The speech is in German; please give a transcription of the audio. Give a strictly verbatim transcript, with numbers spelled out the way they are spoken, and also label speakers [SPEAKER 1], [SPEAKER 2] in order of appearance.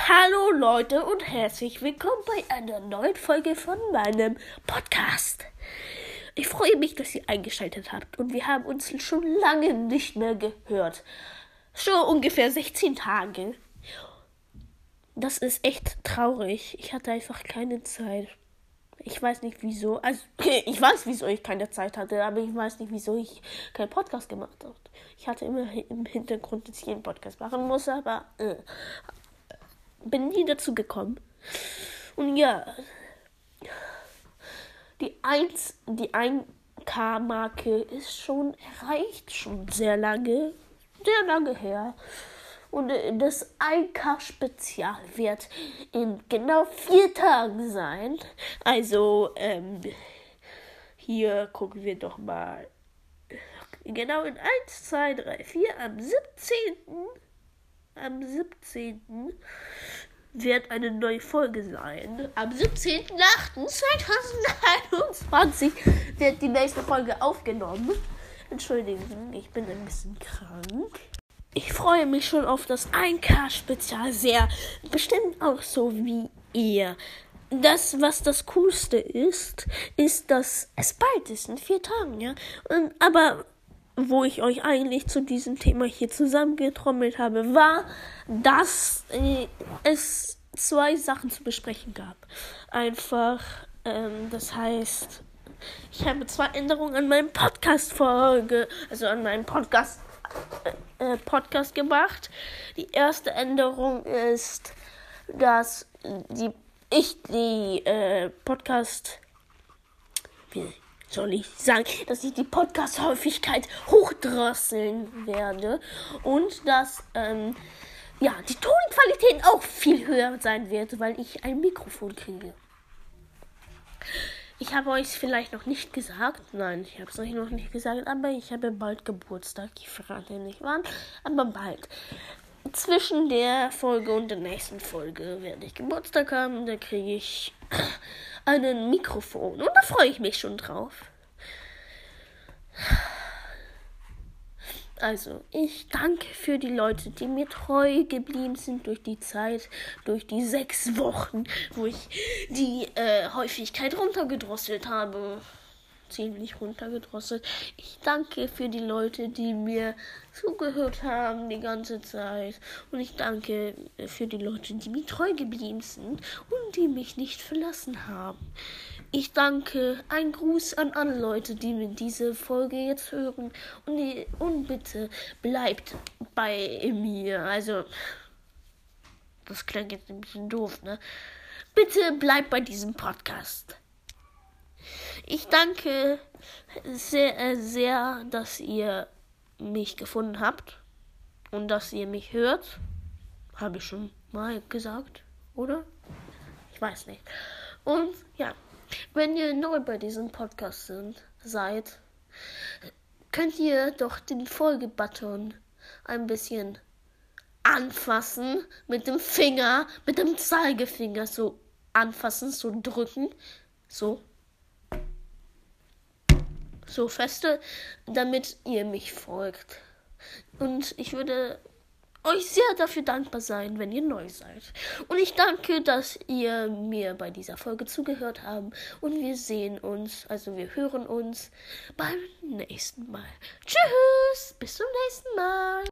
[SPEAKER 1] Hallo Leute und herzlich willkommen bei einer neuen Folge von meinem Podcast. Ich freue mich, dass ihr eingeschaltet habt und wir haben uns schon lange nicht mehr gehört. Schon ungefähr sechzehn Tage. Das ist echt traurig. Ich hatte einfach keine Zeit. Ich weiß nicht wieso. Also, ich weiß, wieso ich keine Zeit hatte, aber ich weiß nicht, wieso ich keinen Podcast gemacht habe. Ich hatte immer im Hintergrund, dass ich einen Podcast machen muss, aber äh, bin nie dazu gekommen. Und ja, die eins, die ein K-Marke ist schon erreicht, schon sehr lange, sehr lange her. Und das ein K-Spezial wird in genau vier Tagen sein. Also, ähm, hier gucken wir doch mal. Genau in eins, zwei, drei, vier, am siebzehnten Am siebzehnten wird eine neue Folge sein. Am siebzehnten achten zweitausendeinundzwanzig wird die nächste Folge aufgenommen. Entschuldigung, ich bin ein bisschen krank. Ich freue mich schon auf das ein K-Spezial sehr. Bestimmt auch so wie ihr. Das, was das Coolste ist, ist, dass es bald ist, in vier Tagen, ja. Und, aber wo ich euch eigentlich zu diesem Thema hier zusammengetrommelt habe, war, dass äh, es zwei Sachen zu besprechen gab. Einfach, ähm, das heißt, ich habe zwei Änderungen an meinem Podcast-Folge, also an meinem Podcast Äh, Podcast gemacht. Die erste Änderung ist, dass die ich die äh, Podcast wie soll ich sagen, dass ich die Podcast-Häufigkeit hochdrosseln werde und dass ähm, ja die Tonqualität auch viel höher sein wird, weil ich ein Mikrofon kriege. Ich habe euch vielleicht noch nicht gesagt. Nein, ich habe es euch noch nicht gesagt, aber ich habe bald Geburtstag. Ich verrate nicht wann, aber bald. Zwischen der Folge und der nächsten Folge werde ich Geburtstag haben. Da kriege ich ein Mikrofon und da freue ich mich schon drauf. Also, ich danke für die Leute, die mir treu geblieben sind durch die Zeit, durch die sechs Wochen, wo ich die äh, Häufigkeit runtergedrosselt habe. Ziemlich runtergedrosselt. Ich danke für die Leute, die mir zugehört haben die ganze Zeit. Und ich danke für die Leute, die mir treu geblieben sind und die mich nicht verlassen haben. Ich danke, ein Gruß an alle Leute, die mir diese Folge jetzt hören. Und, die, und bitte bleibt bei mir. Also, das klingt jetzt ein bisschen doof, ne? Bitte bleibt bei diesem Podcast. Ich danke sehr, sehr, dass ihr mich gefunden habt und dass ihr mich hört. Habe ich schon mal gesagt, oder? Ich weiß nicht. Und ja, wenn ihr neu bei diesem Podcast sind, seid, könnt ihr doch den Folge-Button ein bisschen anfassen mit dem Finger, mit dem Zeigefinger so anfassen, so drücken, so. So feste, damit ihr mich folgt. Und ich würde euch sehr dafür dankbar sein, wenn ihr neu seid. Und ich danke, dass ihr mir bei dieser Folge zugehört habt. Und wir sehen uns, also wir hören uns beim nächsten Mal. Tschüss, bis zum nächsten Mal.